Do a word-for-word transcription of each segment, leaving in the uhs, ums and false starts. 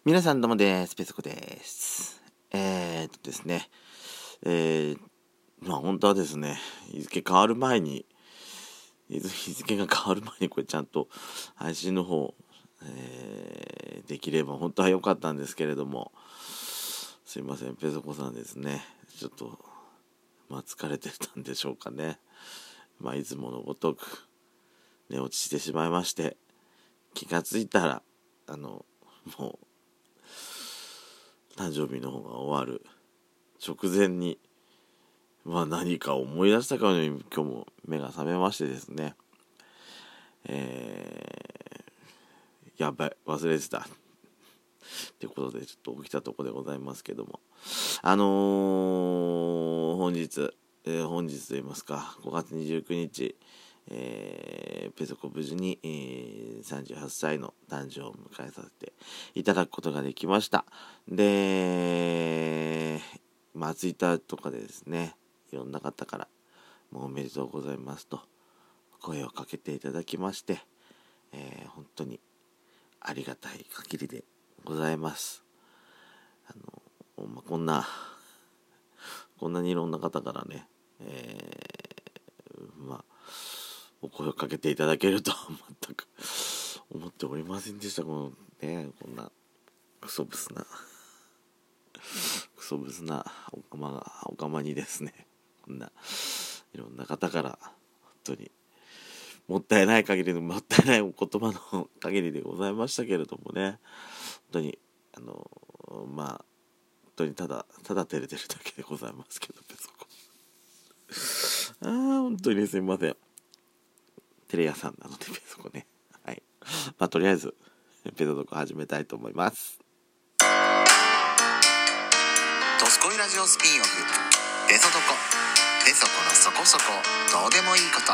皆さんどうもです。ペソコです。えー、っとですね、えー、まあ本当はですね、日付変わる前に、日付が変わる前にこれちゃんと配信の方、えー、できれば本当は良かったんですけれども、すいません、ペソコさんですね、ちょっと、まあ疲れてたんでしょうかね。まあいつものごとく寝落ちしてしまいまして、気がついたら、あの、もう、誕生日の方が終わる直前に、まあ何か思い出したかのように今日も目が覚めましてですね、えー、やばい忘れてたってことでちょっと起きたところでございますけども、あのー、本日、えー、本日と言いますかごがつにじゅうくにち、えー、ペソコ無事に、えー、さんじゅうはっさいの誕生を迎えさせていただくことができました。で、まあツイッターとかでですね、いろんな方からもうおめでとうございますと声をかけていただきまして、えー、本当にありがたい限りでございます。あの、まあ、こんなこんなにいろんな方からね、えー、まあお声をかけていただけるとは全く思っておりませんでした。このね、こんなクソブスなクソブスなおかまがおかまにですね、こんないろんな方から本当にもったいない限りのもったいないお言葉の限りでございましたけれどもね、本当にあのまあ本当にただただ照れてるだけでございますけど、ペソコあー本当にすみません、テレ屋さんなのでペソコね、はい、まあとりあえずペソコ始めたいと思います。 ドスコイラジオスピンオフペソドコ、ペソコのそこそこどうでもいいこと。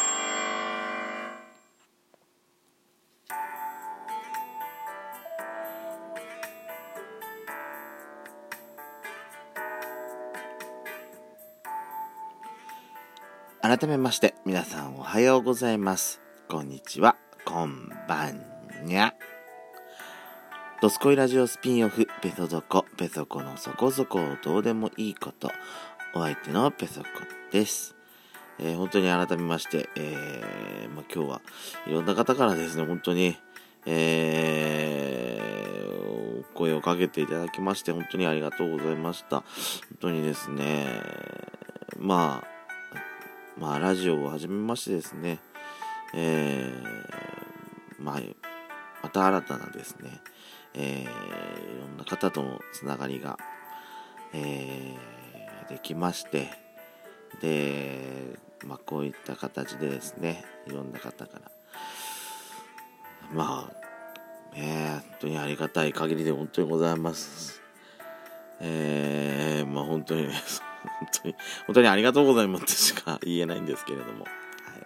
改めまして皆さんおはようございます、こんにちは、こんばんにゃ。ドスコイラジオスピンオフペソドコ、ペソコのそこそこどうでもいいこと、お相手のペソコです。えー、本当に改めまして、えーまあ、今日はいろんな方からですね、本当に、えー、お声をかけていただきまして本当にありがとうございました。本当にですね、まあまあラジオを始めましてですね、えー、まあまた新たなですね、えー、いろんな方とのつながりが、えー、できまして、で、まあこういった形でですね、いろんな方からまあね、本当にありがたい限りで本当にございます。えー、まあ本当にね本当に本当にありがとうございますとしか言えないんですけれども、はい、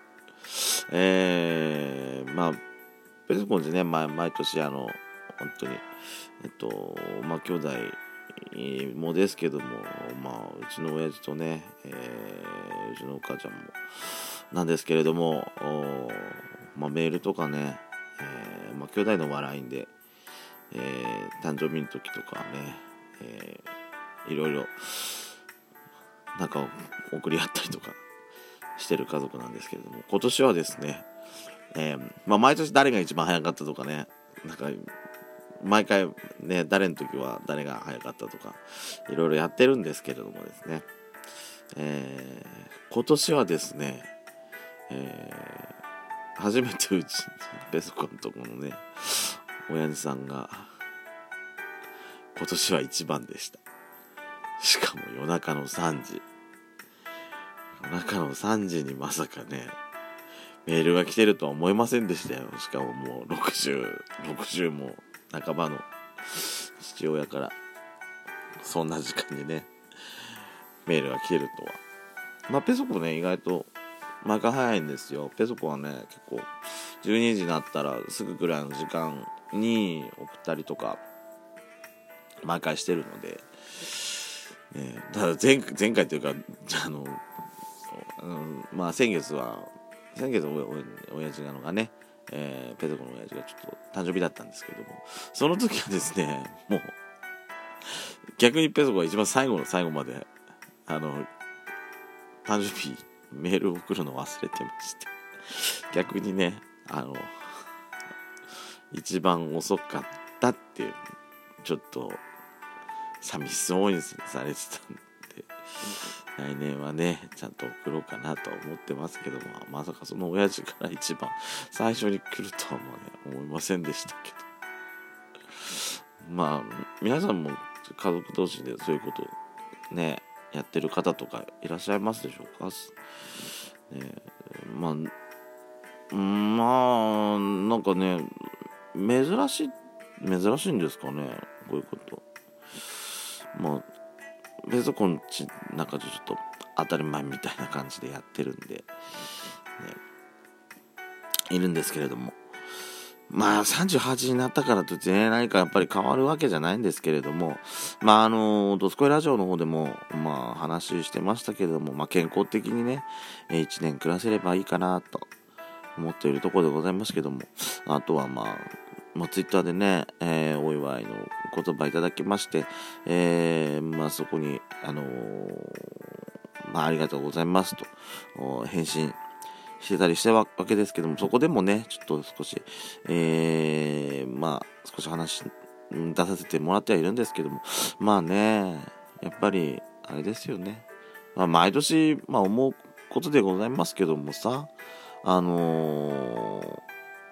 えー、まあペソコンでね、まあ、毎年あの本当にえっとまあ兄弟もですけども、まあうちの親父とね、えー、うちのお母ちゃんもなんですけれども、まあメールとかね、えー、まあ兄弟の笑いんで、えー、誕生日の時とかね、えー、いろいろなんか送り合ったりとかしてる家族なんですけれども、今年はですね、えー、まあ毎年誰が一番早かったとかね、なんか毎回ね、誰の時は誰が早かったとかいろいろやってるんですけれどもですね、えー、今年はですね、えー、初めてうちペソコのとこのね親父さんが今年は一番でした。しかも夜中のさんじ、夜中のさんじにまさかねメールが来てるとは思いませんでしたよ。しかももうろくじゅう、ろくじゅうも半ばの父親からそんな時間にねメールが来てるとは。まあペソコね意外と毎回早いんですよ。ペソコはね結構じゅうにじになったらすぐぐらいの時間に送ったりとか毎回してるので、ね、ただ 前, 前回というかあの、うん、まあ先月は先月お親父がのがね、 えー、ペソコの親父がちょっと誕生日だったんですけども、その時はですね、もう逆にペソコが一番最後の最後まであの誕生日メールを送るのを忘れてまして、逆にねあの一番遅かったっていうちょっと寂しそうにされてたんで、来年はねちゃんと送ろうかなと思ってますけども、まさかその親父から一番最初に来るとはもうね思いませんでしたけど、まあ皆さんも家族同士でそういうことねやってる方とかいらっしゃいますでしょうか。ね、まあまあなんかね珍しい珍しいんですかねこういうこと。まあペソコンちなんかちょっと当たり前みたいな感じでやってるんで、ね、いるんですけれども、まあさんじゅうはちになったからといってね何かやっぱり変わるわけじゃないんですけれども、まああのドスコイラジオの方でもまあ話してましたけれども、まあ健康的にねいちねん暮らせればいいかなと思っているところでございますけども、あとはまあまあ、ツイッターでね、えー、お祝いの言葉いただきまして、えー、まあそこにあのー、まあありがとうございますと返信してたりしたわけですけども、そこでもねちょっと少し、えー、まあ少し話出させてもらってはいるんですけども、まあねやっぱりあれですよね、まあ、毎年、まあ、思うことでございますけどもさ、あのー、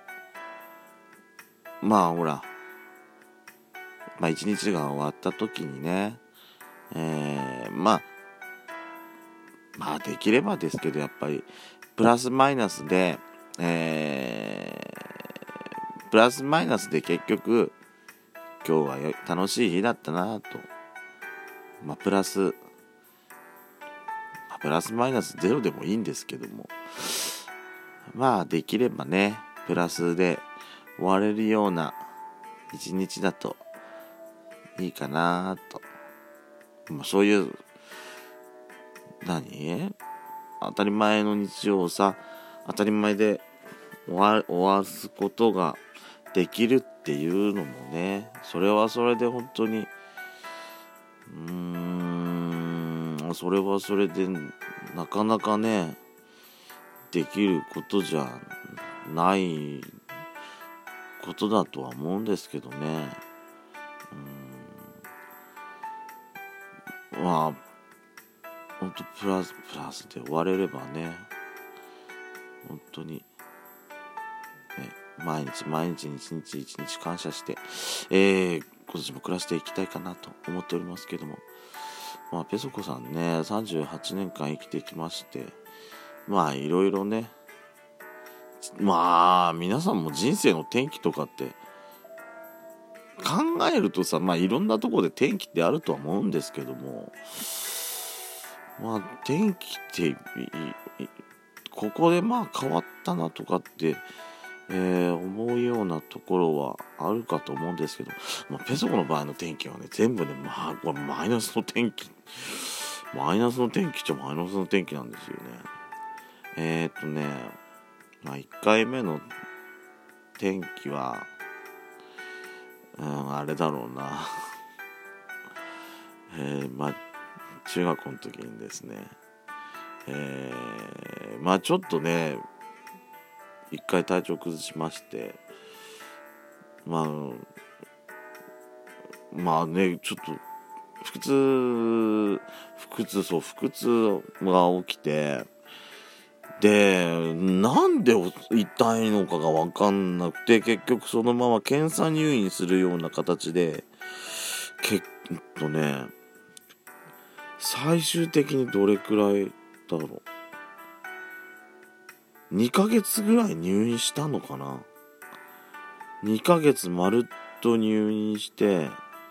まあほらまあ一日が終わった時にね、えー、まあまあできればですけどやっぱりプラスマイナスで、えー、プラスマイナスで結局今日は楽しい日だったなと、まあプラス、まあ、プラスマイナスゼロでもいいんですけども、まあできればねプラスで終われるような一日だといいかなと、まあ、そういう何当たり前の日常をさ当たり前で終わ、終わすことができるっていうのもね、それはそれで本当にうーんそれはそれでなかなかねできることじゃないことだとは思うんですけどね。うーんまあ本当プラスプラスで終われればね本当に、ね、毎日毎日一日一日感謝して、えー、今年も暮らしていきたいかなと思っておりますけども、まあペソコさんねさんじゅうはちねんかん生きてきまして、まあいろいろね、まあ皆さんも人生の転機とかって考えるとさ、まあいろんなところで転機ってあるとは思うんですけども、まあ転機ってここでまあ変わったなとかって、えー、思うようなところはあるかと思うんですけど、まあ、ペソコの場合の転機はね全部ねまあこれマイナスの転機マイナスの転機っちゃマイナスの転機なんですよね。えー、っとねまあいっかいめの転機はうんあれだろうなえー、まあ中学校の時にですね、えー、まあちょっとね一回体調崩しまして、まあまあねちょっと腹痛腹痛そう腹痛が起きて、でなんで痛いのかが分かんなくて結局そのまま検査入院するような形でけっとね最終的にどれくらいだろうにかげつぐらい入院したのかな。にかげつまるっと入院して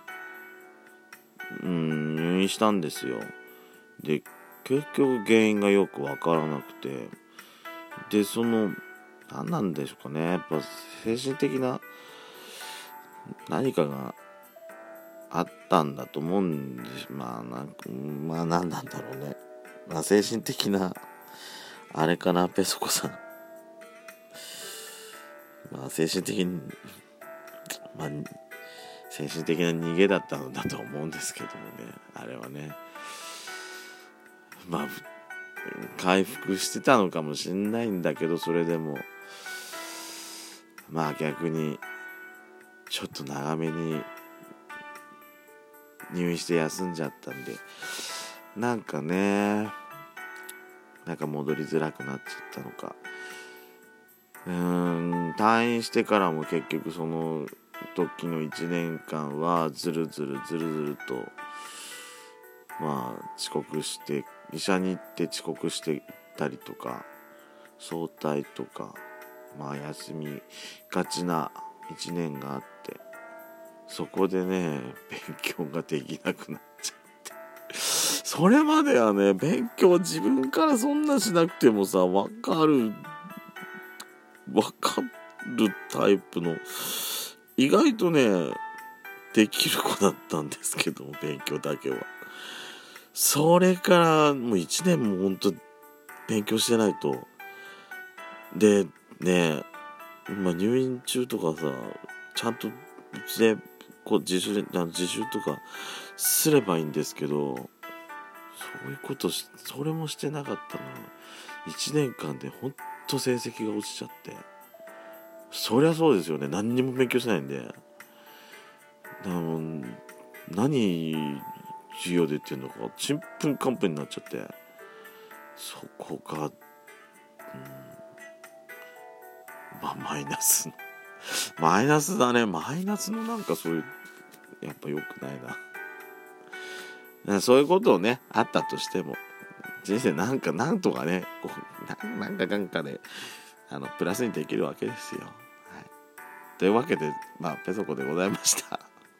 うん入院したんですよ。で結局原因がよくわからなくて、でその何なんでしょうかね、やっぱ精神的な何かがあったんだと思うんです。まあなんかまあ何なんだろうね、まあ精神的なあれかなペソコさんまあ精神的にまあ精神的な逃げだったのだと思うんですけどもね、あれはね、まあ回復してたのかもしれないんだけど、それでもまあ逆にちょっと長めに入院して休んじゃったんで、なんかねなんか戻りづらくなっちゃったのか、うーん退院してからも結局その時のいちねんかんはずるずるずるずるとまあ遅刻して、医者に行って遅刻してたりとか早退とか、まあ休みがちないちねんがあって、そこでね勉強ができなくなっちゃって、それまではね勉強自分からそんなしなくてもさ分かる分かるタイプの意外とねできる子だったんですけども、勉強だけは。それからもういちねんもほんと勉強してないと、でね今入院中とかさちゃんとうちでこう自習で自習とかすればいいんですけど、そういうことしそれもしてなかったのいちねんかんでほんと成績が落ちちゃって、そりゃそうですよね、何にも勉強しないんで、だもう何授業で言ってんのかちんぷんかんぷんになっちゃって、そこが、うん、まあマイナスマイナスだね、マイナスのなんかそういうやっぱ良くないな。そういうことをねあったとしても人生なんかなんとかねこう な, なんかなんかであのプラスにできるわけですよ、はい、というわけでまあペソコでございました